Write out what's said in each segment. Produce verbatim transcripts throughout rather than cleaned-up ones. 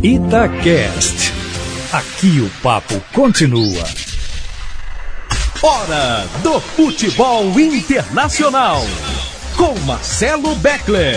Itacast. Aqui o papo continua. Hora do Futebol Internacional, com Marcelo Beckler.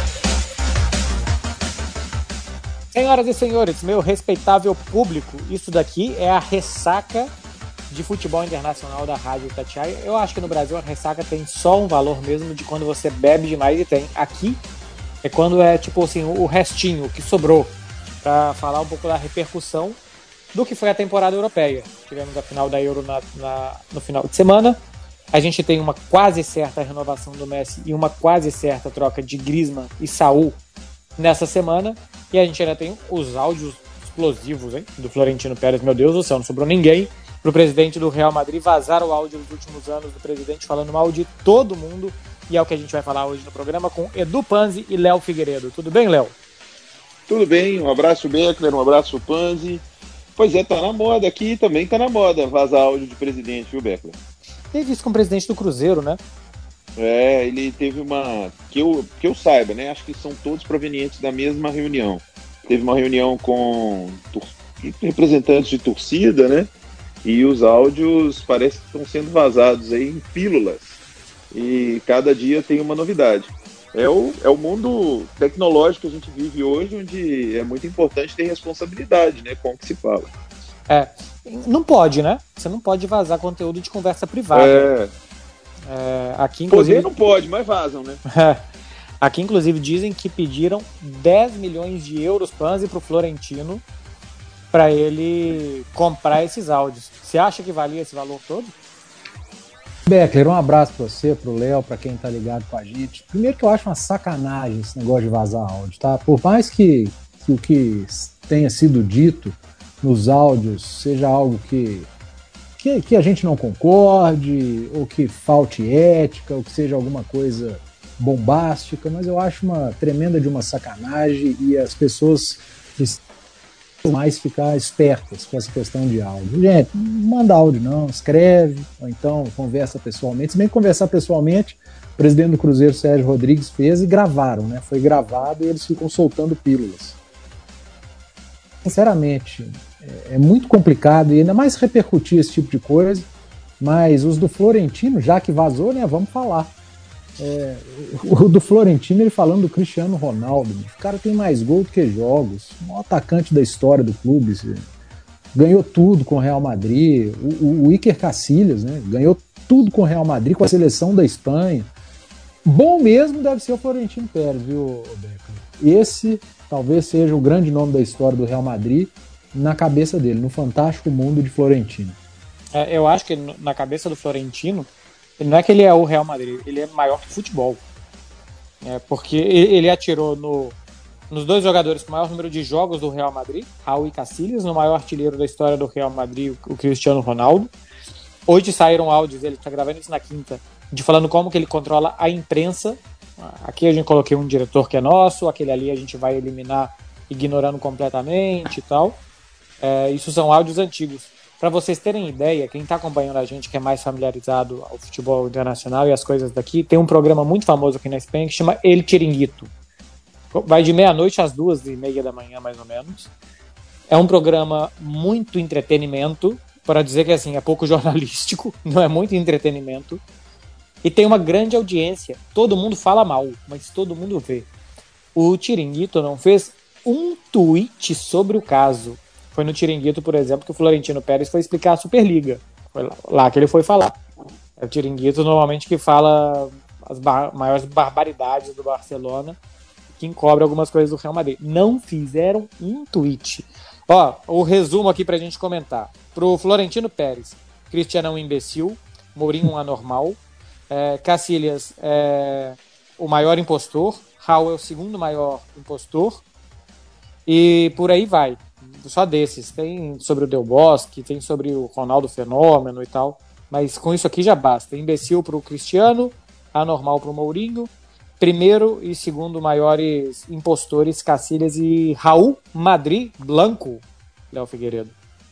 Senhoras e senhores, meu respeitável público, isso daqui é a ressaca de futebol internacional da Rádio Itatiaia. Eu acho que no Brasil a ressaca tem só um valor mesmo de quando você bebe demais, e tem. Aqui é quando é tipo assim, o restinho, o que sobrou, para falar um pouco da repercussão do que foi a temporada europeia. Tivemos a final da Euro na, na, no final de semana. A gente tem uma quase certa renovação do Messi e uma quase certa troca de Griezmann e Saúl nessa semana. E a gente ainda tem os áudios explosivos, hein, do Florentino Pérez. Meu Deus do céu, não sobrou ninguém pro presidente do Real Madrid vazar o áudio dos últimos anos do presidente falando mal de todo mundo. E é o que a gente vai falar hoje no programa com Edu Panzi e Léo Figueiredo. Tudo bem, Léo? Tudo bem, um abraço Beckler, um abraço Panzi. Pois é, tá na moda aqui, também tá na moda vazar áudio de presidente, viu, Beckler? Teve isso com o presidente do Cruzeiro, né? É, ele teve uma... Que eu, que eu saiba, né? Acho que são todos provenientes da mesma reunião. Teve uma reunião com tor- representantes de torcida, né? E os áudios parece que estão sendo vazados aí em pílulas. E cada dia tem uma novidade. É o, é o mundo tecnológico que a gente vive hoje, onde é muito importante ter responsabilidade, né? Com o que se fala. É, não pode, né? Você não pode vazar conteúdo de conversa privada. É... É, aqui, inclusive, Poder não pode, mas vazam, né? Aqui, inclusive, dizem que pediram dez milhões de euros Panzi pro Florentino para ele comprar esses áudios. Você acha que valia esse valor todo? Beckler, um abraço para você, pro Léo, para quem tá ligado com a gente. Primeiro que eu acho uma sacanagem esse negócio de vazar áudio, tá? Por mais que, que o que tenha sido dito nos áudios seja algo que Que, que a gente não concorde, ou que falte ética, ou que seja alguma coisa bombástica, mas eu acho uma tremenda de uma sacanagem e as pessoas precisam mais ficar espertas com essa questão de áudio. Gente, não manda áudio não, escreve, ou então conversa pessoalmente. Se bem que conversar pessoalmente, o presidente do Cruzeiro, Sérgio Rodrigues, fez e gravaram, né? Foi gravado e eles ficam soltando pílulas. Sinceramente, é muito complicado e ainda mais repercutir esse tipo de coisa, mas os do Florentino, já que vazou, né, vamos falar. É, o do Florentino, ele falando do Cristiano Ronaldo, o cara tem mais gol do que jogos, o maior atacante da história do clube, ganhou tudo com o Real Madrid, o, o Iker Casillas, né, ganhou tudo com o Real Madrid, com a seleção da Espanha. Bom mesmo deve ser o Florentino Pérez, viu, Becker? Esse talvez seja o grande nome da história do Real Madrid, na cabeça dele, no fantástico mundo de Florentino. É, eu acho que na cabeça do Florentino, não é que ele é o Real Madrid, ele é maior que o futebol. É, porque ele atirou no, nos dois jogadores com o maior número de jogos do Real Madrid, Raul e Casillas, no maior artilheiro da história do Real Madrid, o Cristiano Ronaldo. Hoje saíram áudios, ele está gravando isso na quinta, de falando como que ele controla a imprensa. Aqui a gente coloquei um diretor que é nosso, aquele ali a gente vai eliminar ignorando completamente e tal. É, isso são áudios antigos. Para vocês terem ideia, quem está acompanhando a gente, que é mais familiarizado ao futebol internacional e as coisas daqui, tem um programa muito famoso aqui na Espanha que chama El Chiringuito. Vai de meia-noite às duas e meia da manhã, mais ou menos. É um programa muito entretenimento, para dizer que assim, é pouco jornalístico, não é muito entretenimento. E tem uma grande audiência. Todo mundo fala mal, mas todo mundo vê. O Chiringuito não fez um tweet sobre o caso. Foi no Chiringuito, por exemplo, que o Florentino Pérez foi explicar a Superliga. Foi lá que ele foi falar. É o Chiringuito normalmente que fala as bar- maiores barbaridades do Barcelona, que encobre algumas coisas do Real Madrid. Não fizeram um tweet. Ó, o resumo aqui pra gente comentar. Pro Florentino Pérez, Cristiano é um imbecil, Mourinho um anormal, é, Casillas é o maior impostor, Raul é o segundo maior impostor, e por aí vai. Só desses. Tem sobre o Del Bosque, tem sobre o Ronaldo Fenômeno e tal. Mas com isso aqui já basta. Imbecil pro Cristiano, anormal pro Mourinho. Primeiro e segundo maiores impostores, Casillas e Raul Madrid Blanco, Léo Figueiredo.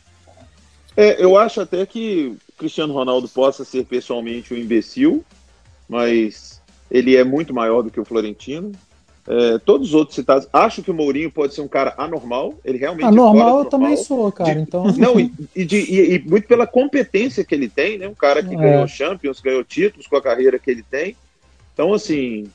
É, eu acho até que o Cristiano Ronaldo possa ser pessoalmente um imbecil, mas ele é muito maior do que o Florentino. É, todos os outros citados, acho que o Mourinho pode ser um cara anormal, ele realmente anormal, é fora eu normal, também sou, cara, de, então... Não, e, e, de, e, e muito pela competência que ele tem, né, um cara que é. ganhou Champions, ganhou títulos com a carreira que ele tem, então assim,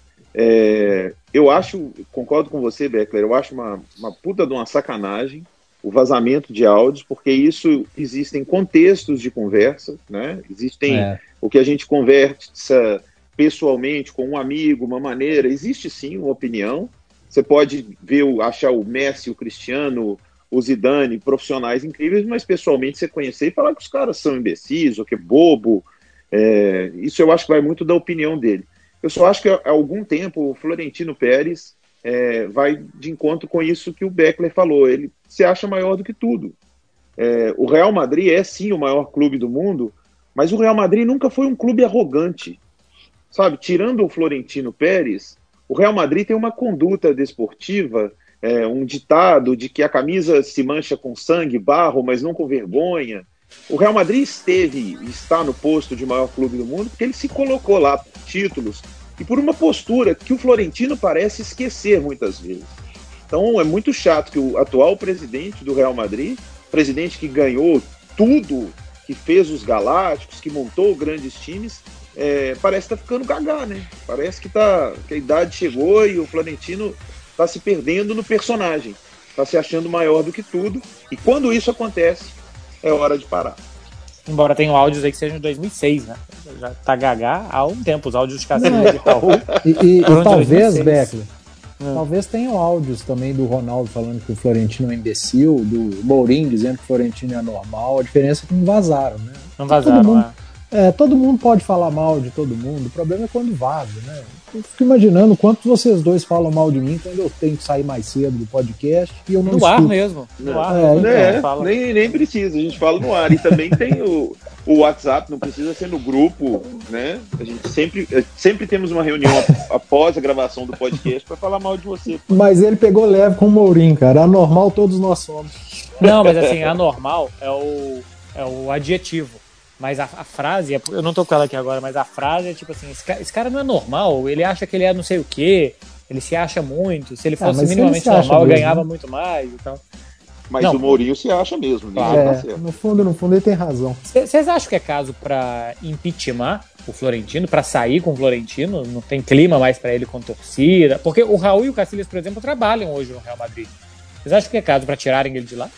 é, eu acho, concordo com você, Beckler, eu acho uma, uma puta de uma sacanagem o vazamento de áudios, porque isso existem contextos de conversa, né, existem é. o que a gente conversa pessoalmente, com um amigo, uma maneira, existe sim uma opinião, você pode ver, achar o Messi, o Cristiano, o Zidane, profissionais incríveis, mas pessoalmente você conhecer e falar que os caras são imbecis, ou que é bobo, é, isso eu acho que vai muito da opinião dele. Eu só acho que há algum tempo o Florentino Pérez é, vai de encontro com isso que o Beckler falou, ele se acha maior do que tudo. É, o Real Madrid é sim o maior clube do mundo, mas o Real Madrid nunca foi um clube arrogante. Sabe, tirando o Florentino Pérez, o Real Madrid tem uma conduta desportiva, é, um ditado de que a camisa se mancha com sangue, barro, mas não com vergonha. O Real Madrid esteve e está no posto de maior clube do mundo porque ele se colocou lá por títulos e por uma postura que o Florentino parece esquecer muitas vezes. Então é muito chato que o atual presidente do Real Madrid, presidente que ganhou tudo, que fez os galácticos, que montou grandes times, É, parece que tá ficando gagá, né? Parece que, tá, que a idade chegou e o Florentino tá se perdendo no personagem, tá se achando maior do que tudo, e quando isso acontece, é hora de parar. Embora tenham áudios aí que sejam de dois mil e seis, né? Já tá gagá há um tempo, os áudios de Casillas e tal. E, e, e talvez, Beckler, hum. talvez tenham áudios também do Ronaldo falando que o Florentino é um imbecil, do Mourinho dizendo que o Florentino é normal, a diferença é que não vazaram, né? Não vazaram, todo mundo, é. É, todo mundo pode falar mal de todo mundo, o problema é quando vaza, né? Eu fico imaginando quanto vocês dois falam mal de mim quando eu tenho que sair mais cedo do podcast e eu não No escuto. ar mesmo. No não, ar é, mesmo. É, fala. nem, nem precisa, a gente fala no ar. E também tem o, o WhatsApp, não precisa ser no grupo, né? A gente sempre, sempre temos uma reunião após a gravação do podcast para falar mal de você. Pô. Mas ele pegou leve com o Mourinho, cara. Anormal todos nós somos. Não, mas assim, anormal é o, é o adjetivo. Mas a, a frase, eu não tô com ela aqui agora, mas a frase é tipo assim, esse cara, esse cara não é normal, ele acha que ele é não sei o quê, ele se acha muito, se ele fosse ah, minimamente ele normal, mesmo, ganhava né? muito mais e tal. Mas não, o Mourinho se acha mesmo, né? É, tá no fundo, no fundo ele tem razão. Vocês acham que é caso pra impeachment o Florentino, pra sair com o Florentino? Não tem clima mais pra ele com torcida? Porque o Raul e o Casillas, por exemplo, trabalham hoje no Real Madrid. Vocês acham que é caso pra tirarem ele de lá?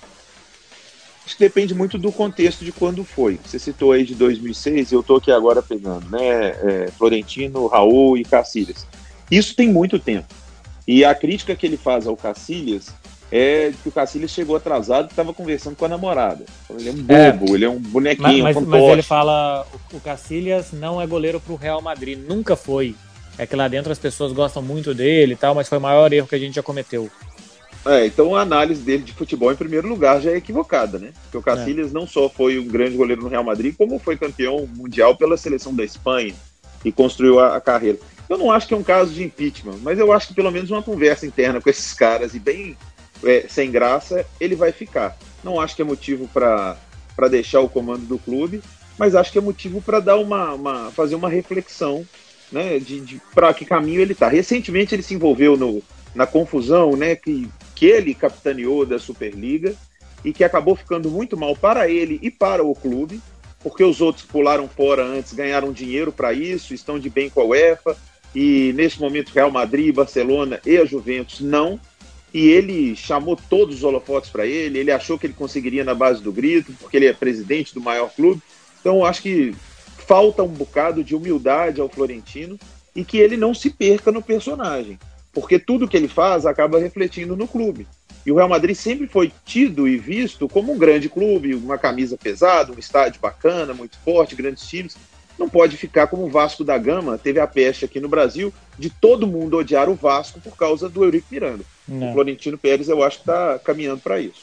Acho que depende muito do contexto de quando foi. Você citou aí de dois mil e seis, eu estou aqui agora pegando, né? É, Florentino, Raul e Casillas. Isso tem muito tempo. E a crítica que ele faz ao Casillas é que o Casillas chegou atrasado e estava conversando com a namorada. Ele é um bobo, é, ele é um bonequinho, mas, um mas, mas ele fala, o, o Casillas não é goleiro para o Real Madrid, nunca foi. É que lá dentro as pessoas gostam muito dele e tal, mas foi o maior erro que a gente já cometeu. É, então a análise dele de futebol, em primeiro lugar, já é equivocada, né? Porque o Casillas é. não só foi um grande goleiro no Real Madrid, como foi campeão mundial pela seleção da Espanha e construiu a, a carreira. Eu não acho que é um caso de impeachment, mas eu acho que pelo menos uma conversa interna com esses caras e bem é, sem graça, ele vai ficar. Não acho que é motivo para deixar o comando do clube, mas acho que é motivo para dar uma, uma, fazer uma reflexão, né, de, de para que caminho ele está. Recentemente ele se envolveu no, na confusão, né, que que ele capitaneou da Superliga e que acabou ficando muito mal para ele e para o clube, porque os outros que pularam fora antes ganharam dinheiro para isso, estão de bem com a UEFA, e nesse momento Real Madrid, Barcelona e a Juventus não, e ele chamou todos os holofotes para ele, ele achou que ele conseguiria na base do grito, porque ele é presidente do maior clube, então eu acho que falta um bocado de humildade ao Florentino e que ele não se perca no personagem. Porque tudo que ele faz acaba refletindo no clube. E o Real Madrid sempre foi tido e visto como um grande clube, uma camisa pesada, um estádio bacana, muito forte, grandes times. Não pode ficar como o Vasco da Gama, teve a peste aqui no Brasil, de todo mundo odiar o Vasco por causa do Eurico Miranda. Não. O Florentino Pérez, eu acho que está caminhando para isso.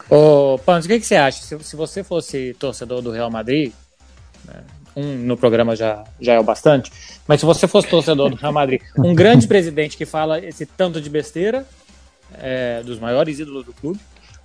Ô, Pantos, o que, que você acha? Se, se você fosse torcedor do Real Madrid, né, um no programa já, já é o bastante, mas se você fosse torcedor do Real Madrid, um grande presidente que fala esse tanto de besteira, é, dos maiores ídolos do clube,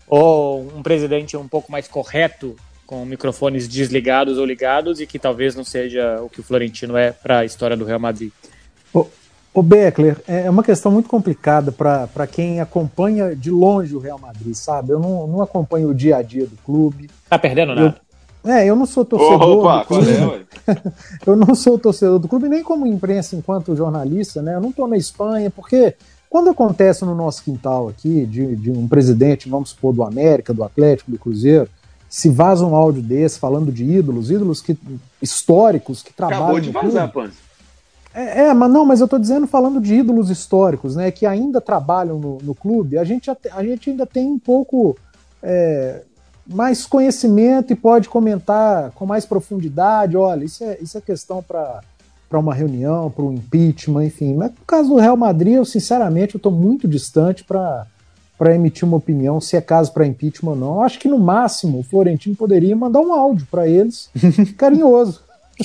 ou um presidente um pouco mais correto, com microfones desligados ou ligados, e que talvez não seja o que o Florentino é para a história do Real Madrid? Ô, Ô Beckler, é uma questão muito complicada para quem acompanha de longe o Real Madrid, sabe? Eu não, não acompanho o dia a dia do clube. Tá perdendo nada. Eu, é, eu não sou torcedor Opa, do clube. qual é, eu não sou torcedor do clube, nem como imprensa, enquanto jornalista, né? Eu não estou na Espanha, porque quando acontece no nosso quintal aqui, de, de um presidente, vamos supor, do América, do Atlético, do Cruzeiro, se vaza um áudio desse falando de ídolos, ídolos que, históricos que trabalham Acabou de no vazar, clube. Panzi. É, é, mas não, mas eu tô dizendo falando de ídolos históricos, né, que ainda trabalham no, no clube, a gente, a gente ainda tem um pouco é, mais conhecimento e pode comentar com mais profundidade, olha, isso é, isso é questão para uma reunião, para um impeachment, enfim. Mas no caso do Real Madrid, eu sinceramente eu tô muito distante para para emitir uma opinião se é caso para impeachment ou não. Eu acho que no máximo o Florentino poderia mandar um áudio para eles, carinhoso.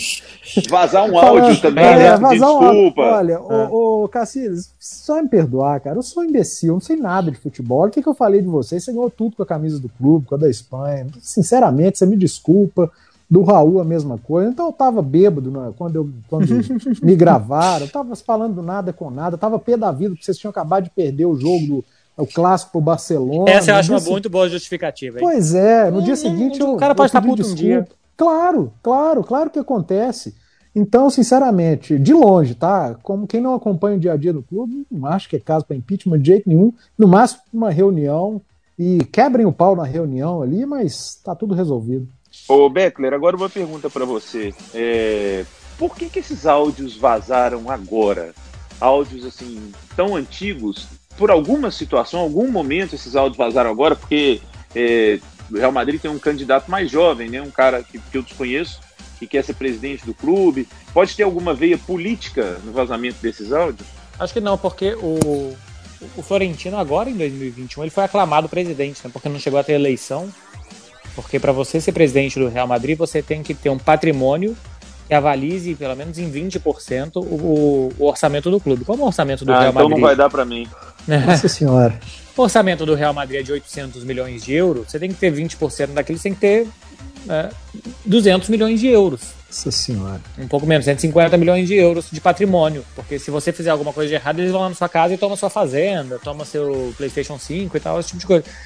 Vazar um áudio Falando, também, é, né? Vazar Desculpa. Um áudio. Olha, é. ô, ô Cacilhas, só me perdoar, cara. Eu sou imbecil, não sei nada de futebol. O que, que eu falei de você? Você ganhou tudo com a camisa do clube, com a da Espanha. Sinceramente, você me desculpa. Do Raul a mesma coisa. Então eu tava bêbado né, quando, eu, quando me gravaram. Eu tava falando nada com nada. Eu tava pé da vida porque vocês tinham acabado de perder o jogo do o clássico pro Barcelona. Essa eu acho uma se... muito boa justificativa, hein? Pois é, no não, dia seguinte não, eu. O cara pode eu estar puto desculpa. um dia. Claro, claro, claro que acontece. Então, sinceramente, de longe, tá? Como quem não acompanha o dia a dia do clube, não acho que é caso para impeachment de jeito nenhum. No máximo, uma reunião e quebrem o pau na reunião ali, mas tá tudo resolvido. Ô, Beckler, agora uma pergunta para você. É... Por que que esses áudios vazaram agora? Áudios, assim, tão antigos? Por alguma situação, algum momento esses áudios vazaram agora? Porque é, o Real Madrid tem um candidato mais jovem, né? Um cara que, que eu desconheço, que quer ser presidente do clube. Pode ter alguma veia política no vazamento desses áudios? Acho que não, porque o, o Florentino agora, em dois mil e vinte e um, ele foi aclamado presidente, né? Porque não chegou a ter eleição. Porque para você ser presidente do Real Madrid, você tem que ter um patrimônio que avalize pelo menos em vinte por cento o, o orçamento do clube. Como o orçamento do ah, Real então Madrid... não vai dar para mim. Nossa senhora. O orçamento do Real Madrid é de oitocentos milhões de euros, você tem que ter vinte por cento daquilo, você tem que ter é, duzentos milhões de euros. Nossa senhora. Um pouco menos, cento e cinquenta milhões de euros de patrimônio. Porque se você fizer alguma coisa de errado, eles vão lá na sua casa e tomam sua fazenda, tomam seu PlayStation cinco e tal, esse tipo de coisa.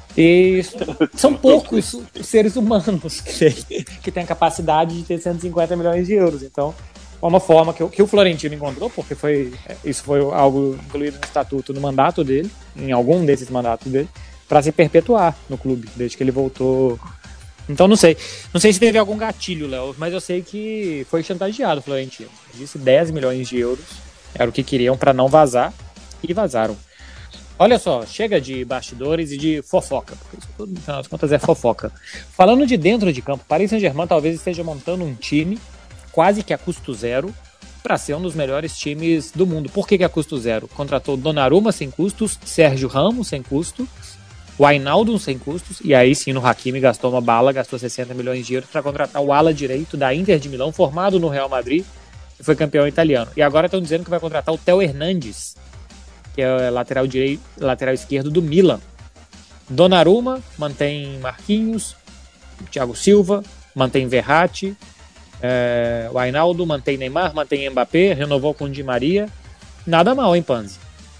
E são poucos os seres humanos que têm, que têm a capacidade de ter cento e cinquenta milhões de euros. Então, é uma forma que, que o Florentino encontrou, porque foi, isso foi algo incluído no estatuto, no mandato dele, em algum desses mandatos dele, para se perpetuar no clube, desde que ele voltou. Então, não sei. Não sei se teve algum gatilho, Léo, mas eu sei que foi chantageado o Florentino. Disse dez milhões de euros, era o que queriam para não vazar, e vazaram. Olha só, chega de bastidores e de fofoca, porque isso tudo, no final das contas, é fofoca. Falando de dentro de campo, Paris Saint-Germain talvez esteja montando um time quase que a custo zero para ser um dos melhores times do mundo. Por que, que a custo zero? Contratou Donnarumma sem custos, Sérgio Ramos sem custo, o Wijnaldum sem custos, e aí sim no Hakimi gastou uma bala, gastou sessenta milhões de euros para contratar o ala direito da Inter de Milão, formado no Real Madrid, que foi campeão italiano. E agora estão dizendo que vai contratar o Theo Hernandes, que é lateral direito, lateral esquerdo do Milan. Donnarumma mantém Marquinhos, Thiago Silva, mantém Verratti, é, o Wijnaldum mantém Neymar, mantém Mbappé, renovou com Di Maria. Nada mal, hein, Panzi?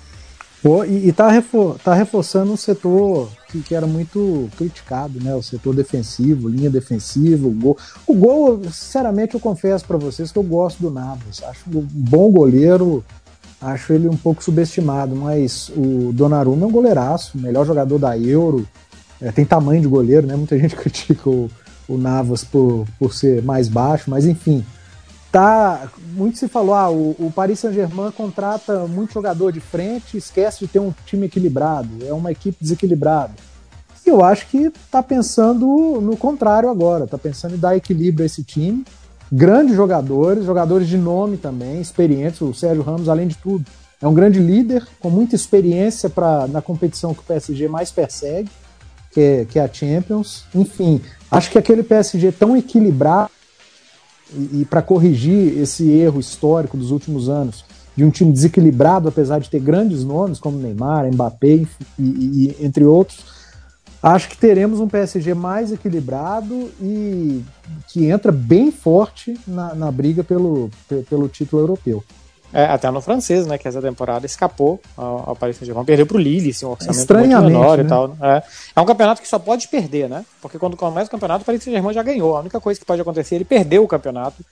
Pô, e, e tá, refor tá reforçando um setor que, que era muito criticado, né? O setor defensivo, linha defensiva, o gol. O gol, sinceramente, eu confesso para vocês que eu gosto do Navas. Acho um bom goleiro. Acho ele um pouco subestimado, mas o Donnarumma é um goleiraço, melhor jogador da Euro, é, tem tamanho de goleiro, né? Muita gente critica o, o Navas por, por ser mais baixo, mas enfim, tá, muito se falou, ah, o, o Paris Saint-Germain contrata muito jogador de frente, esquece de ter um time equilibrado, é uma equipe desequilibrada. E eu acho que tá pensando no contrário agora, tá pensando em dar equilíbrio a esse time. Grandes jogadores, jogadores de nome também, experientes. O Sérgio Ramos, além de tudo, é um grande líder, com muita experiência pra, na competição que o P S G mais persegue, que é, que é a Champions. Enfim, acho que aquele P S G tão equilibrado, e, e para corrigir esse erro histórico dos últimos anos, de um time desequilibrado, apesar de ter grandes nomes, como Neymar, Mbappé, e, e, e entre outros, acho que teremos um P S G mais equilibrado e que entra bem forte na, na briga pelo, pelo título europeu. É, até no francês, né, que essa temporada escapou ao, ao Paris Saint-Germain, perdeu pro Lille, assim, um orçamento muito menor, né? E tal. É. é um campeonato que só pode perder, né? Porque quando começa o campeonato, o Paris Saint-Germain já ganhou. A única coisa que pode acontecer é ele perder o campeonato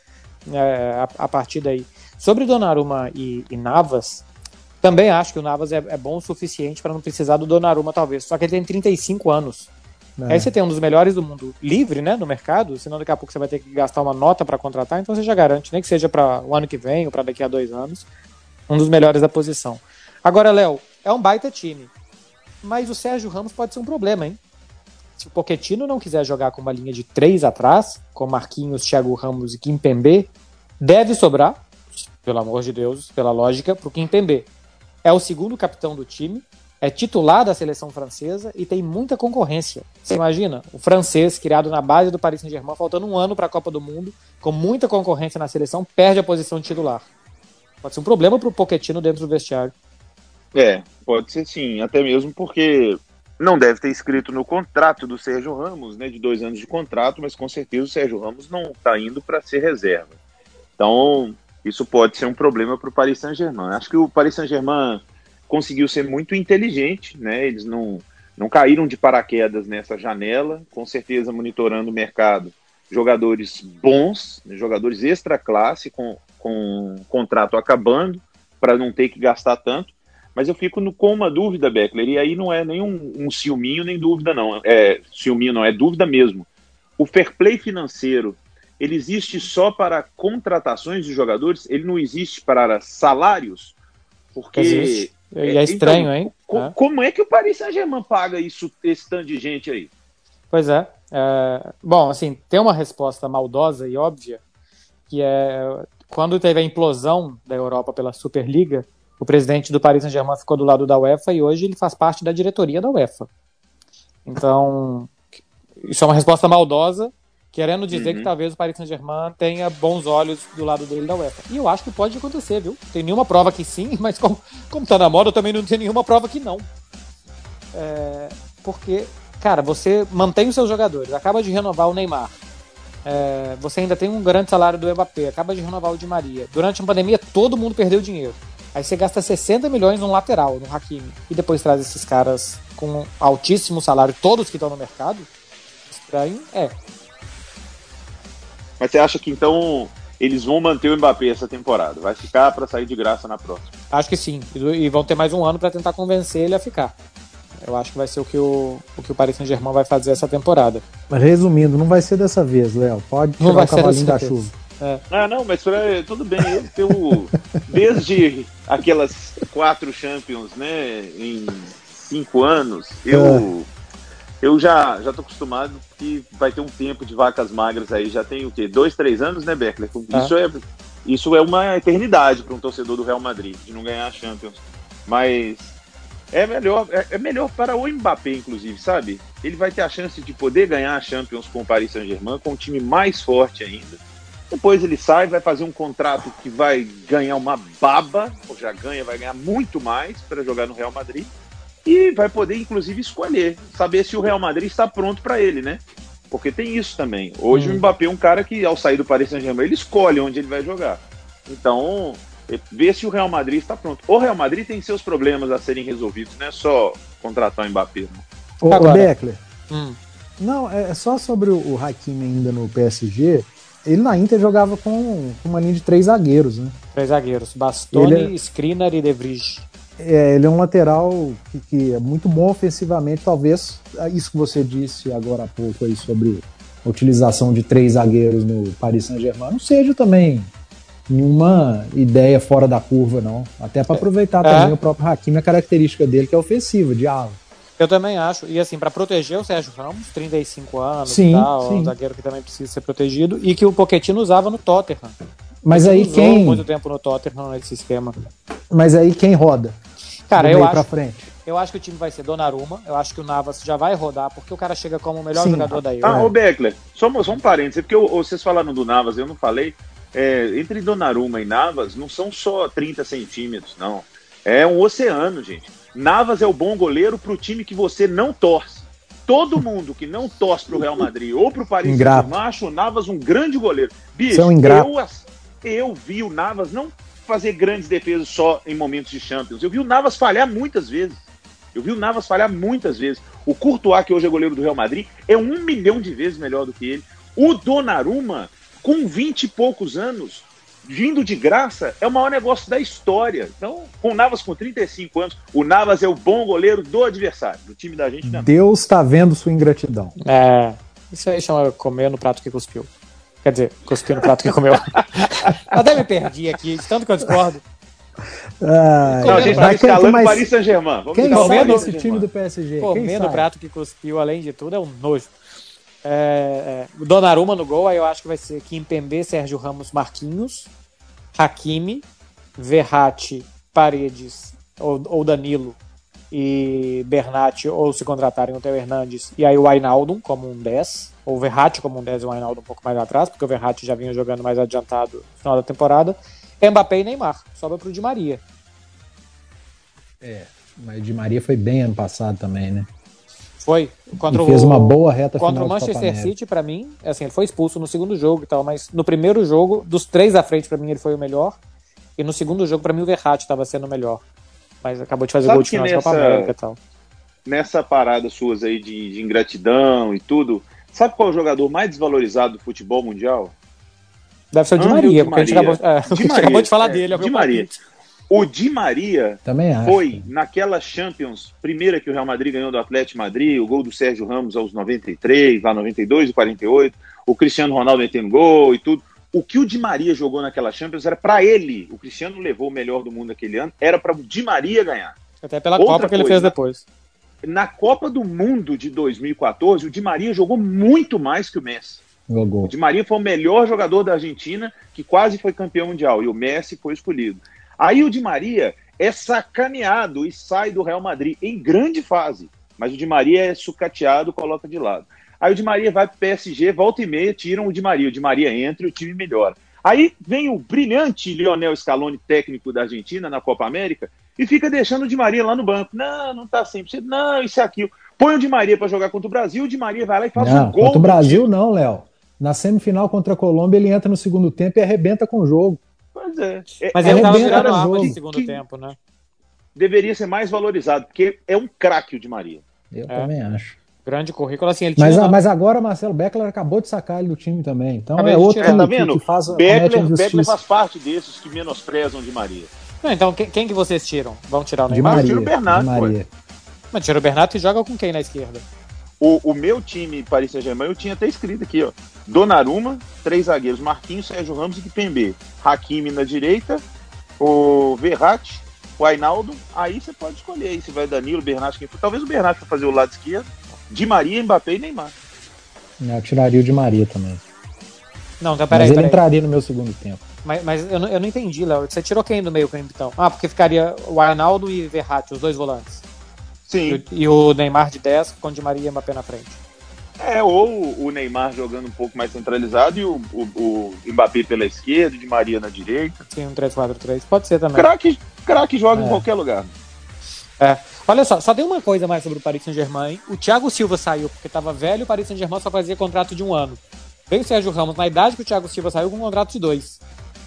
é, a, a partir daí. Sobre Donnarumma e, e Navas, também acho que o Navas é, é bom o suficiente para não precisar do Donnarumma, talvez. Só que ele tem trinta e cinco anos. É. Aí você tem um dos melhores do mundo livre, né, no mercado, senão daqui a pouco você vai ter que gastar uma nota para contratar, então você já garante, nem que seja para o ano que vem ou para daqui a dois anos, um dos melhores da posição. Agora, Léo, é um baita time, mas o Sérgio Ramos pode ser um problema, hein? Se o Pochettino não quiser jogar com uma linha de três atrás, com Marquinhos, Thiago Ramos e Kimpembe, deve sobrar, pelo amor de Deus, pela lógica, para o Kimpembe. É o segundo capitão do time, é titular da seleção francesa e tem muita concorrência. Você imagina? O francês, criado na base do Paris Saint-Germain, faltando um ano para a Copa do Mundo, com muita concorrência na seleção, perde a posição de titular. Pode ser um problema para o Pochettino dentro do vestiário. É, pode ser sim, até mesmo porque não deve ter escrito no contrato do Sérgio Ramos, né, de dois anos de contrato, mas com certeza o Sérgio Ramos não está indo para ser reserva. Então, isso pode ser um problema para o Paris Saint-Germain. Acho que o Paris Saint-Germain conseguiu ser muito inteligente, né? Eles não, não caíram de paraquedas nessa janela, com certeza monitorando o mercado, jogadores bons, jogadores extra classe, com, com contrato acabando, para não ter que gastar tanto, mas eu fico no, com uma dúvida, Beckler, e aí não é nem um, um ciúminho, nem dúvida não, é ciúminho não, é dúvida mesmo. O fair play financeiro, ele existe só para contratações de jogadores? Ele não existe para salários? Porque... Existe. E é estranho, então, hein? Co- é. Como é que o Paris Saint-Germain paga isso, esse tanto de gente aí? Pois é. é. Bom, assim, tem uma resposta maldosa e óbvia, que é quando teve a implosão da Europa pela Superliga, o presidente do Paris Saint-Germain ficou do lado da UEFA e hoje ele faz parte da diretoria da UEFA. Então, isso é uma resposta maldosa, querendo dizer uhum. que talvez o Paris Saint-Germain tenha bons olhos do lado dele da UEFA. E eu acho que pode acontecer, viu? Tem nenhuma prova que sim, mas como, como tá na moda, eu também não tenho nenhuma prova que não. É, porque, cara, você mantém os seus jogadores, acaba de renovar o Neymar, é, você ainda tem um grande salário do Mbappé, acaba de renovar o Di Maria. Durante a pandemia, todo mundo perdeu dinheiro. Aí você gasta sessenta milhões num lateral, no Hakimi, e depois traz esses caras com altíssimo salário, todos que estão no mercado. Estranho é. Mas você acha que então eles vão manter o Mbappé essa temporada? Vai ficar para sair de graça na próxima? Acho que sim. E vão ter mais um ano para tentar convencer ele a ficar. Eu acho que vai ser o que o, o, que o Paris Saint-Germain vai fazer essa temporada. Mas resumindo, não vai ser dessa vez, Léo. Pode tirar o cavalinho da chuva. É. Ah, não, mas pra, tudo bem. Ele tem o, desde aquelas quatro Champions, né, em cinco anos, eu... É. Eu já, já tô acostumado que vai ter um tempo de vacas magras aí, já tem o quê? Dois, três anos, né, Beckler? Isso, ah. é, isso é uma eternidade para um torcedor do Real Madrid, de não ganhar a Champions. Mas é melhor, é, é melhor para o Mbappé, inclusive, sabe? Ele vai ter a chance de poder ganhar a Champions com o Paris Saint-Germain, com um time mais forte ainda. Depois ele sai, vai fazer um contrato que vai ganhar uma baba, ou já ganha, vai ganhar muito mais para jogar no Real Madrid. E vai poder, inclusive, escolher, saber se o Real Madrid está pronto para ele, né? Porque tem isso também. Hoje hum. o Mbappé é um cara que, ao sair do Paris Saint-Germain, ele escolhe onde ele vai jogar. Então, ver se o Real Madrid está pronto. O Real Madrid tem seus problemas a serem resolvidos, não é só contratar o Mbappé. Não. Ô, Agora, Beckler, hum. não, é só sobre o Hakimi ainda no P S G. Ele na Inter jogava com uma linha de três zagueiros, né? Três zagueiros. Bastoni, ele... Skriniar e De Vrij. É, ele é um lateral que, que é muito bom ofensivamente, talvez isso que você disse agora há pouco aí sobre a utilização de três zagueiros no Paris Saint-Germain não seja também nenhuma ideia fora da curva, não. Até para aproveitar é. também o próprio Hakimi, a característica dele que é ofensiva, de ala. Eu também acho, e assim, para proteger o Sérgio Ramos, trinta e cinco anos sim, e tal, sim. um zagueiro que também precisa ser protegido, e que o Pochettino usava no Tottenham. Mas Ele aí usou quem... muito tempo no Tottenham nesse esquema. Mas aí quem roda? Cara, eu acho, eu acho que o time vai ser Donnarumma, eu acho que o Navas já vai rodar, porque o cara chega como o melhor Sim. jogador da Euro. Ah, ô Beckler, só, só um parênteses, porque eu, vocês falaram do Navas, eu não falei, é, entre Donnarumma e Navas não são só trinta centímetros, não. É um oceano, gente. Navas é o bom goleiro pro time que você não torce. Todo mundo que não torce pro Real Madrid ou pro Paris Saint-Germain acha o Navas um grande goleiro. Bicho, São ingrato. eu, eu vi o Navas, não fazer grandes defesas só em momentos de Champions. Eu vi o Navas falhar muitas vezes. Eu vi o Navas falhar muitas vezes. O Courtois, que hoje é goleiro do Real Madrid, é um milhão de vezes melhor do que ele. O Donnarumma, com vinte e poucos anos, vindo de graça, é o maior negócio da história. Então, com o Navas com trinta e cinco anos, o Navas é o bom goleiro do adversário, do time da gente. Não. Deus está vendo sua ingratidão. É, isso aí chama comer no prato que cuspiu. Quer dizer, cuspiu no prato que comeu. Até me perdi aqui, de tanto que eu discordo. Ah, não, a gente está escalando o Paris Saint-Germain. Quem sabe esse time do P S G? Comer no prato que cuspiu, além de tudo, é um nojo. É, é, o Donnarumma no gol, aí eu acho que vai ser Kimpembe, Sérgio Ramos, Marquinhos, Hakimi, Verratti, Paredes ou, ou Danilo e Bernat, ou se contratarem o Theo Hernandes, e aí o Wijnaldum como um dez, ou o Verratti como um dez e o Wijnaldum um pouco mais atrás, porque o Verratti já vinha jogando mais adiantado no final da temporada. Mbappé e Neymar, sobra pro Di Maria. É, mas o Di Maria foi bem ano passado também, né? Foi. Contra e fez o, uma boa reta contra final o Manchester City, pra mim, assim, ele foi expulso no segundo jogo e tal, mas no primeiro jogo, dos três à frente, pra mim, ele foi o melhor. E no segundo jogo, pra mim, o Verratti estava sendo o melhor. Mas acabou de fazer Sabe gol de final de Copa América e tal. Nessa parada suas aí de, de ingratidão e tudo, sabe qual é o jogador mais desvalorizado do futebol mundial? Deve ser o Di Maria, porque a gente acabou, é, a gente acabou de falar é, dele. É Di Maria. O Di Maria Também acho. foi naquela Champions, primeira que o Real Madrid ganhou do Atlético Madrid, o gol do Sérgio Ramos aos noventa e três, lá noventa e dois e quarenta e oito, o Cristiano Ronaldo metendo gol e tudo. O que o Di Maria jogou naquela Champions era para ele. O Cristiano levou o melhor do mundo aquele ano, era para o Di Maria ganhar. Até pela Outra Copa que ele coisa, fez depois. Na Copa do Mundo de dois mil e quatorze, o Di Maria jogou muito mais que o Messi. Jogou. O Di Maria foi o melhor jogador da Argentina, que quase foi campeão mundial, e o Messi foi escolhido. Aí o Di Maria é sacaneado e sai do Real Madrid em grande fase, mas o Di Maria é sucateado, coloca de lado. Aí o Di Maria vai para o P S G, volta e meia, tiram o Di Maria, o Di Maria entra e o time melhora. Aí vem o brilhante Lionel Scaloni, técnico da Argentina, na Copa América, e fica deixando o Di Maria lá no banco. Não, não tá cem por cento, não, isso e aquilo. Põe o Di Maria para jogar contra o Brasil, o Di Maria vai lá e faz não, um gol. Contra o Brasil não, Léo. Na semifinal contra a Colômbia, ele entra no segundo tempo e arrebenta com o jogo. Pois é. Mas é, ele estava arrebenta virando no arma jogo. de segundo que tempo, né? Deveria ser mais valorizado, porque é um craque o Di Maria. Eu É. também acho. Grande currículo, assim, ele Mas, tinha... a- mas agora o Marcelo Beckler acabou de sacar ele do time também. Então Acabei é de outro tirar. Tá que, vendo? que faz comete Beckler, injustiça. Beckler faz parte desses que menosprezam o Di Maria. Não, então, quem, quem que vocês tiram? Vão tirar o De Neymar? Mas Maria. tira o Bernardo, de Maria. Mas tira o Bernardo e joga com quem na esquerda? O, o meu time, Paris Saint-Germain, eu tinha até escrito aqui, ó. Donnarumma, três zagueiros, Marquinhos, Sérgio Ramos e Kimpembe. Hakimi na direita, o Verratti, o Wijnaldum. Aí você pode escolher aí se vai Danilo, Bernat, quem for. Talvez o Bernat para fazer o lado esquerdo. Di Maria, Mbappé e Neymar. Eu tiraria o de Maria também. Não, então Mas peraí, ele peraí. entraria no meu segundo tempo. Mas, mas eu, não, eu não entendi, Léo. Você tirou quem do meio campo, então? Ah, porque ficaria o Wijnaldum e Verratti, os dois volantes. Sim. E, e o Neymar de dez, com Di Maria e Mbappé na frente. É, ou o Neymar jogando um pouco mais centralizado e o, o, o Mbappé pela esquerda, o Di Maria na direita. Sim, um três quatro três. Pode ser também. Craque, craque joga É. em qualquer lugar. É. Olha só, só tem uma coisa mais sobre o Paris Saint-Germain. O Thiago Silva saiu porque estava velho, o Paris Saint-Germain só fazia contrato de um ano. Veio o Sérgio Ramos na idade que o Thiago Silva saiu com um contrato de dois.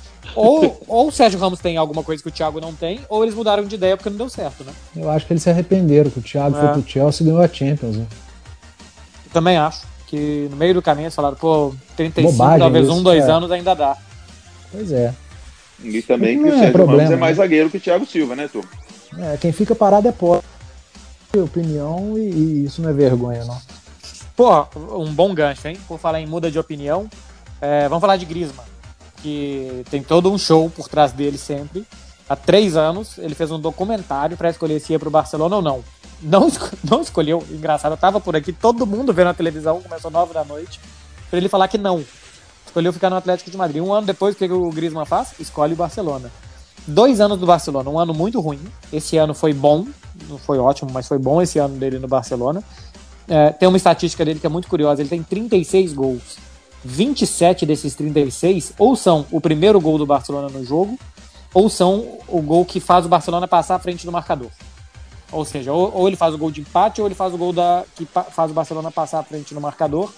Ou, ou o Sérgio Ramos tem alguma coisa que o Thiago não tem, ou eles mudaram de ideia porque não deu certo, né? Eu acho que eles se arrependeram, que o Thiago É. foi pro Chelsea e ganhou a Champions. Né? Eu também acho que no meio do caminho eles falaram, pô, trinta e cinco, Bobagem talvez isso, um, dois é. anos ainda dá. Pois é. E também Não que o é Sérgio problema, Ramos é né? mais zagueiro que o Thiago Silva, né, turma? É, quem fica parado é pobre. Opinião e, e isso não é vergonha, não. Pô, um bom gancho, hein? Por falar em muda de opinião, é, vamos falar de Griezmann, que tem todo um show por trás dele sempre. Há três anos, ele fez um documentário para escolher se ia pro Barcelona ou não. Não, esco- não escolheu, engraçado, eu tava por aqui, todo mundo vendo a televisão, começou nove da noite, pra ele falar que não. Escolheu ficar no Atlético de Madrid. Um ano depois, o que que o Griezmann faz? Escolhe o Barcelona. Dois anos do Barcelona, um ano muito ruim. Esse ano foi bom, não foi ótimo, mas foi bom esse ano dele no Barcelona. É, tem uma estatística dele que é muito curiosa, ele tem trinta e seis gols. vinte e sete desses trinta e seis ou são o primeiro gol do Barcelona no jogo, ou são o gol que faz o Barcelona passar à frente do marcador. Ou seja, ou, ou ele faz o gol de empate, ou ele faz o gol da, que pa- faz o Barcelona passar à frente no marcador.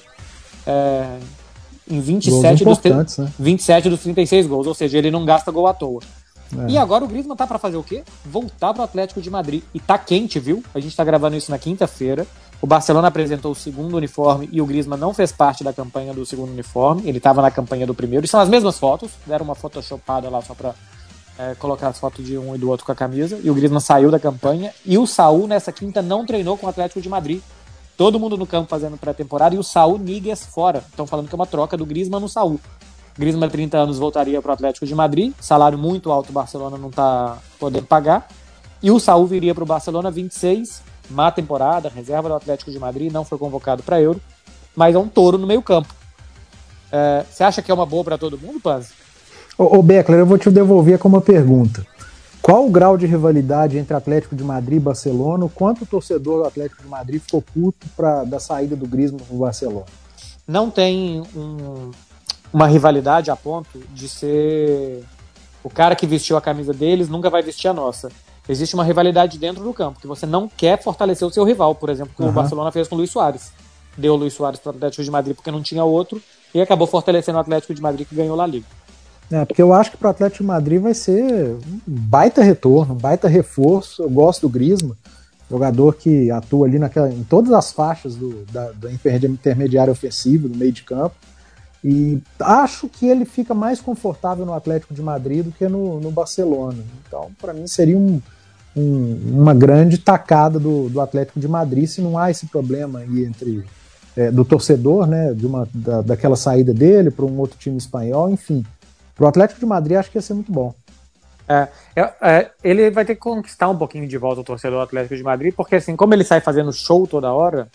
É, em vinte e sete, dos, importantes, né? vinte e sete dos trinta e seis gols, ou seja, ele não gasta gol à toa. É. E agora o Griezmann tá para fazer o quê? Voltar pro Atlético de Madrid. E tá quente, viu? A gente tá gravando isso na quinta-feira. O Barcelona apresentou o segundo uniforme e o Griezmann não fez parte da campanha do segundo uniforme. Ele estava na campanha do primeiro. E são as mesmas fotos. Deram uma photoshopada lá só para é, colocar as fotos de um e do outro com a camisa. E o Griezmann saiu da campanha. E o Saúl, nessa quinta, não treinou com o Atlético de Madrid. Todo mundo no campo fazendo pré-temporada. E o Saúl Níguez fora. Estão falando que é uma troca do Griezmann no Saúl. Griezmann, trinta anos, voltaria para o Atlético de Madrid. Salário muito alto, o Barcelona não está podendo pagar. E o Saúl viria para o Barcelona, vinte e seis, má temporada, reserva do Atlético de Madrid, não foi convocado para Euro, mas é um touro no meio campo. É, você acha que é uma boa para todo mundo, Panzi? Ô, ô Beckler, eu vou te devolver com uma pergunta. Qual o grau de rivalidade entre Atlético de Madrid e Barcelona? Quanto o torcedor do Atlético de Madrid ficou puto pra, da saída do Griezmann para o Barcelona? Não tem um... uma rivalidade a ponto de ser o cara que vestiu a camisa deles nunca vai vestir a nossa. Existe uma rivalidade dentro do campo, que você não quer fortalecer o seu rival, por exemplo, que uhum. o Barcelona fez com o Luis Suárez. Deu o Luis Suárez para o Atlético de Madrid porque não tinha outro e acabou fortalecendo o Atlético de Madrid, que ganhou lá a Liga. É, porque eu acho que para o Atlético de Madrid vai ser um baita retorno, um baita reforço. Eu gosto do Griezmann, jogador que atua ali naquela, em todas as faixas do, da, do intermediário ofensivo, do meio de campo. E acho que ele fica mais confortável no Atlético de Madrid do que no, no Barcelona. Então, para mim, seria um, um, uma grande tacada do, do Atlético de Madrid se não há esse problema aí entre, é, do torcedor, né, de uma, da, daquela saída dele para um outro time espanhol, enfim. Para o Atlético de Madrid, acho que ia ser muito bom. É, é, ele vai ter que conquistar um pouquinho de volta o torcedor do Atlético de Madrid, porque assim, como ele sai fazendo show toda hora,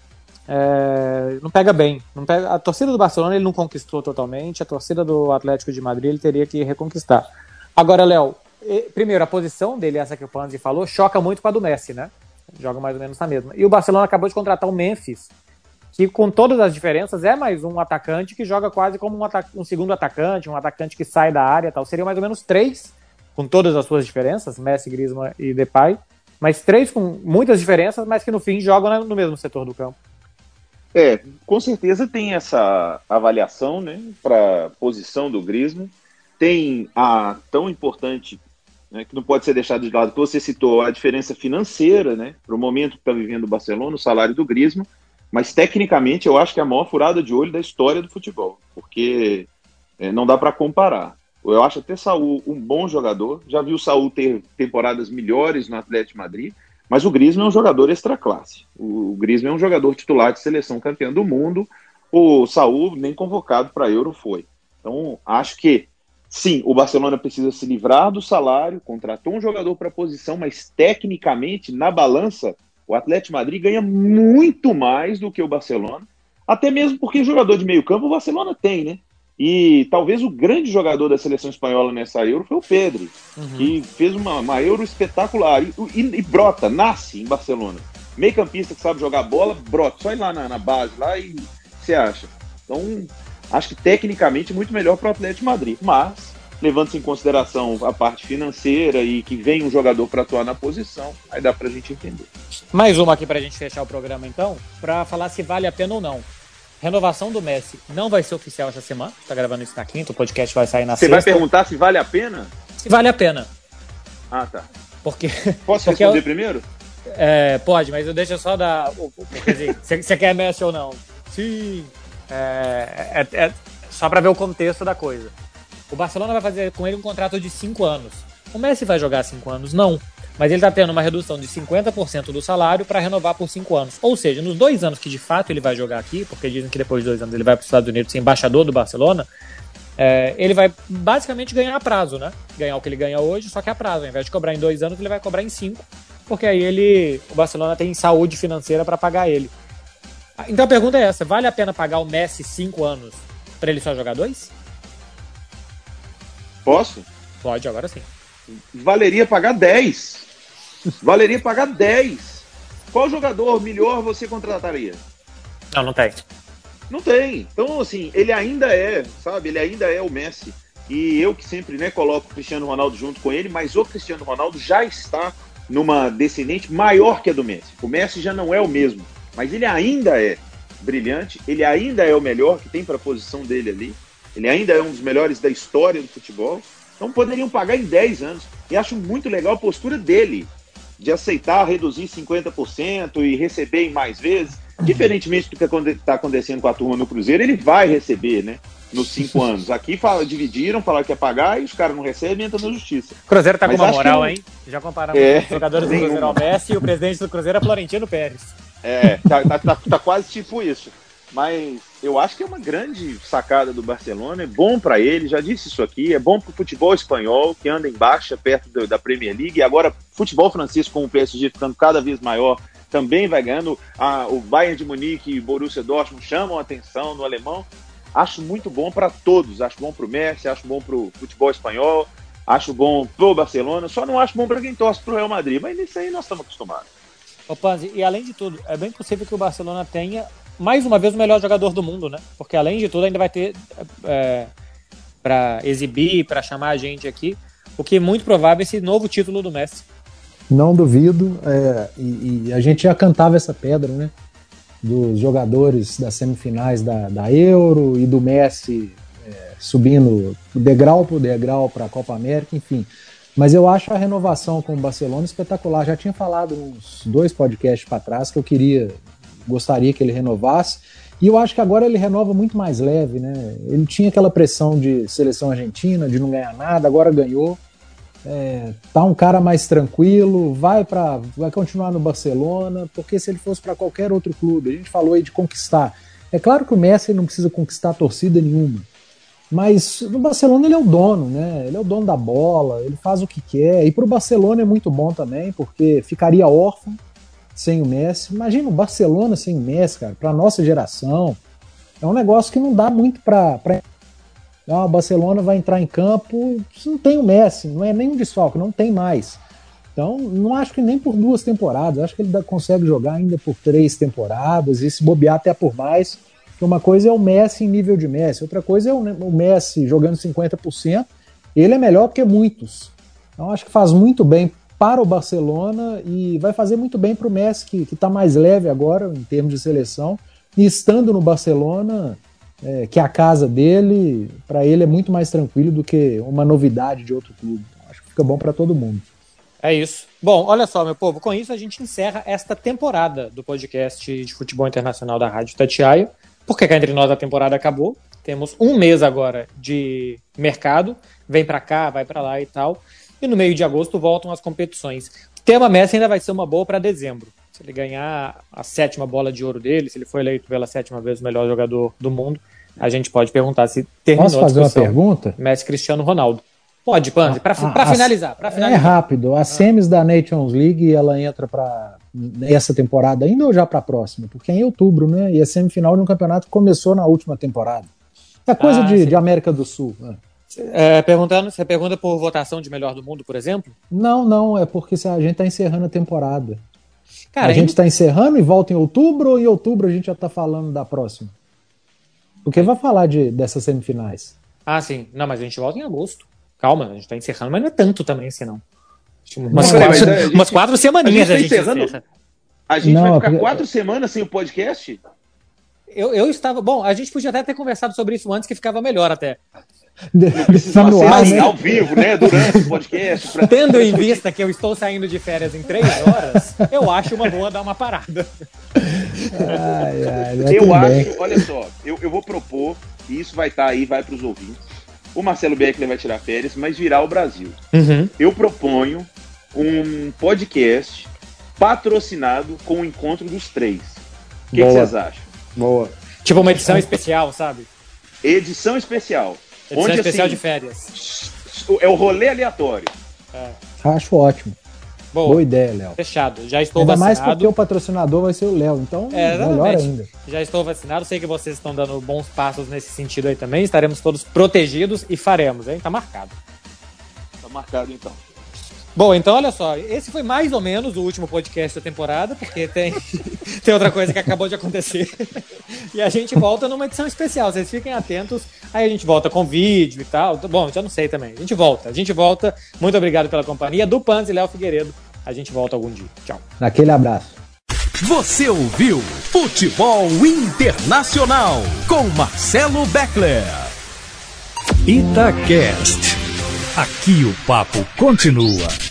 É, não pega bem. Não pega, a torcida do Barcelona ele não conquistou totalmente, a torcida do Atlético de Madrid ele teria que reconquistar. Agora, Léo, primeiro, a posição dele, essa que o Panzi falou, choca muito com a do Messi, né? Joga mais ou menos na mesma. E o Barcelona acabou de contratar o Memphis, que com todas as diferenças é mais um atacante que joga quase como um, atac- um segundo atacante, um atacante que sai da área e tal. Seriam mais ou menos três, com todas as suas diferenças, Messi, Griezmann e Depay, mas três com muitas diferenças, mas que no fim jogam no mesmo setor do campo. É, com certeza tem essa avaliação, né, para a posição do Griezmann. Tem a tão importante, né, que não pode ser deixado de lado, que você citou, a diferença financeira, né, para o momento que está vivendo o Barcelona, o salário do Griezmann, mas tecnicamente eu acho que é a maior furada de olho da história do futebol, porque é, não dá para comparar. Eu acho até Saúl um bom jogador, já vi o Saúl ter temporadas melhores no Atlético de Madrid, mas o Griezmann é um jogador extra-classe. O Griezmann é um jogador titular de seleção campeã do mundo. O Saúl nem convocado para a Euro foi. Então, acho que, sim, o Barcelona precisa se livrar do salário, contratou um jogador para a posição, mas tecnicamente, na balança, o Atlético de Madrid ganha muito mais do que o Barcelona, até mesmo porque jogador de meio campo o Barcelona tem, né? E talvez o grande jogador da seleção espanhola nessa Euro foi o Pedri, uhum. que fez uma, uma Euro espetacular. E, e, e brota, nasce em Barcelona. Meio campista que sabe jogar bola, brota. Só ir lá na, na base lá e você acha. Então, acho que tecnicamente muito melhor para o Atlético de Madrid. Mas, levando-se em consideração a parte financeira e que vem um jogador para atuar na posição, aí dá para a gente entender. Mais uma aqui para a gente fechar o programa, então, para falar se vale a pena ou não. Renovação do Messi não vai ser oficial essa semana. Tá gravando isso na quinta, o podcast vai sair na Você sexta. Você vai perguntar se vale a pena? Se vale a pena. Ah, tá. Porque, Posso porque responder eu, primeiro? É, pode, mas eu deixo só dar... Você quer Messi ou não? Sim. É, é, é só para ver o contexto da coisa. O Barcelona vai fazer com ele um contrato de cinco anos. O Messi vai jogar cinco anos? Não. Mas ele está tendo uma redução de cinquenta por cento do salário para renovar por cinco anos. Ou seja, nos dois anos que de fato ele vai jogar aqui, porque dizem que depois de dois anos ele vai para os Estados Unidos ser embaixador do Barcelona, é, ele vai basicamente ganhar a prazo, né? Ganhar o que ele ganha hoje, só que a prazo. Ao invés de cobrar em dois anos, ele vai cobrar em cinco, porque aí ele, o Barcelona tem saúde financeira para pagar ele. Então a pergunta é essa, vale a pena pagar o Messi cinco anos para ele só jogar dois? Posso? Pode, agora sim. Valeria pagar dez. Valeria pagar dez. Qual jogador melhor você contrataria? Não, não tem. Não tem. Então, assim, ele ainda é, sabe? Ele ainda é o Messi. E eu que sempre, né, coloco o Cristiano Ronaldo junto com ele, mas o Cristiano Ronaldo já está numa descendente maior que a do Messi. O Messi já não é o mesmo, mas ele ainda é brilhante, ele ainda é o melhor que tem para a posição dele ali. Ele ainda é um dos melhores da história do futebol. Então poderiam pagar em dez anos. E acho muito legal a postura dele, de aceitar reduzir cinquenta por cento e receber em mais vezes. Diferentemente do que está acontecendo com a turma no Cruzeiro, ele vai receber, né? Nos cinco anos. Aqui fala, dividiram, falaram que ia pagar e os caras não recebem e entram na justiça. O Cruzeiro tá Mas com uma moral, não... hein? Já comparamos é, os jogadores do Cruzeiro ao Messi e o presidente do Cruzeiro é Florentino Pérez. É, tá, tá, tá, tá quase tipo isso. Mas eu acho que é uma grande sacada do Barcelona, é bom para ele, já disse isso aqui, é bom para o futebol espanhol, que anda em baixa perto do, da Premier League, e agora futebol francês com o P S G ficando cada vez maior, também vai ganhando. A, o Bayern de Munique e o Borussia Dortmund chamam a atenção no alemão. Acho muito bom para todos, acho bom para o Messi, acho bom para o futebol espanhol, acho bom para o Barcelona, só não acho bom para quem torce para o Real Madrid, mas nisso aí nós estamos acostumados. Ô Panzi, e além de tudo, é bem possível que o Barcelona tenha mais uma vez o melhor jogador do mundo, né? Porque além de tudo ainda vai ter é, para exibir, para chamar a gente aqui, o que é muito provável esse novo título do Messi. Não duvido, é, e, e a gente já cantava essa pedra, né? Dos jogadores das semifinais da, da Euro e do Messi é, subindo degrau por degrau para a Copa América, enfim. Mas eu acho a renovação com o Barcelona espetacular. Já tinha falado uns dois podcasts para trás que eu queria, gostaria que ele renovasse, e eu acho que agora ele renova muito mais leve, né? Ele tinha aquela pressão de seleção argentina, de não ganhar nada, agora ganhou. É, tá um cara mais tranquilo, vai para, vai continuar no Barcelona, porque se ele fosse para qualquer outro clube, a gente falou aí de conquistar. É claro que o Messi não precisa conquistar torcida nenhuma, mas no Barcelona ele é o dono, né? Ele é o dono da bola, ele faz o que quer, e pro Barcelona é muito bom também, porque ficaria órfão sem o Messi. Imagina o Barcelona sem o Messi, cara, pra nossa geração, é um negócio que não dá muito pra... pra... Ah, o Barcelona vai entrar em campo, não tem o Messi, não é nem um desfalque, não tem mais. Então, não acho que nem por duas temporadas, acho que ele consegue jogar ainda por três temporadas, e se bobear até por mais, porque uma coisa é o Messi em nível de Messi, outra coisa é o Messi jogando cinquenta por cento, ele é melhor que muitos. Então, acho que faz muito bem para o Barcelona e vai fazer muito bem para o Messi, que está mais leve agora em termos de seleção, e estando no Barcelona... É, que a casa dele, para ele é muito mais tranquilo do que uma novidade de outro clube. Acho que fica bom para todo mundo. É isso. Bom, olha só, meu povo, com isso a gente encerra esta temporada do podcast de futebol internacional da Rádio Itatiaia, porque cá entre nós a temporada acabou. Temos um mês agora de mercado, vem para cá, vai para lá e tal, e no meio de agosto voltam as competições. O tema Messi ainda vai ser uma boa para dezembro. Se ele ganhar a sétima bola de ouro dele, se ele for eleito pela sétima vez o melhor jogador do mundo, a gente pode perguntar se terminou. Posso fazer uma pergunta? Messi, Cristiano Ronaldo. Pode, Panzi, para finalizar, para finalizar. É rápido. A semis da Nations League, ela entra para essa temporada ainda ou já para a próxima? Porque é em outubro, né? E a semifinal de um campeonato que começou na última temporada. É coisa ah, de, de América do Sul. Né? É, perguntando, você pergunta por votação de melhor do mundo, por exemplo? Não, não. É porque a gente está encerrando a temporada. Cara, a gente está encerrando e volta em outubro, ou em outubro a gente já está falando da próxima? Porque vai falar de, dessas semifinais. Ah, sim. Não, mas a gente volta em agosto. Calma, a gente está encerrando, mas não é tanto também assim, não. Umas, não, quatro, gente, umas quatro semaninhas a gente, a gente, tá encerra. A gente não, vai ficar porque... quatro semanas sem o podcast? Eu, eu estava... Bom, a gente podia até ter conversado sobre isso antes, que ficava melhor até. Deixar no ar, né? Ao vivo, né? Durante o podcast. Pra... Tendo em vista que eu estou saindo de férias em três horas, eu acho uma boa dar uma parada. Ai, ai, eu acho, bem. Olha só, eu, eu vou propor, e isso vai estar aí, vai para os ouvintes. O Marcelo Beckler vai tirar férias, mas virá ao Brasil. Uhum. Eu proponho um podcast patrocinado com o encontro dos três. O que vocês acham? Boa. Tipo uma edição especial, sabe? Edição especial. Edição onde, especial assim, de férias. É o rolê aleatório. É. Acho ótimo. Boa, Boa ideia, Léo. Fechado. Já estou Ainda vacinado. mais porque o patrocinador vai ser o Léo, então é, melhor ainda. Já estou vacinado, sei que vocês estão dando bons passos nesse sentido aí também. Estaremos todos protegidos e faremos, hein? Tá marcado. Tá marcado, então. Bom, então olha só, esse foi mais ou menos o último podcast da temporada, porque tem, tem outra coisa que acabou de acontecer. E a gente volta numa edição especial, vocês fiquem atentos. Aí a gente volta com vídeo e tal. Bom, já não sei também. A gente volta, a gente volta. Muito obrigado pela companhia do Panzi e Léo Figueiredo. A gente volta algum dia. Tchau. Aquele abraço. Você ouviu Futebol Internacional com Marcelo Beckler. Itacast. Aqui o papo continua.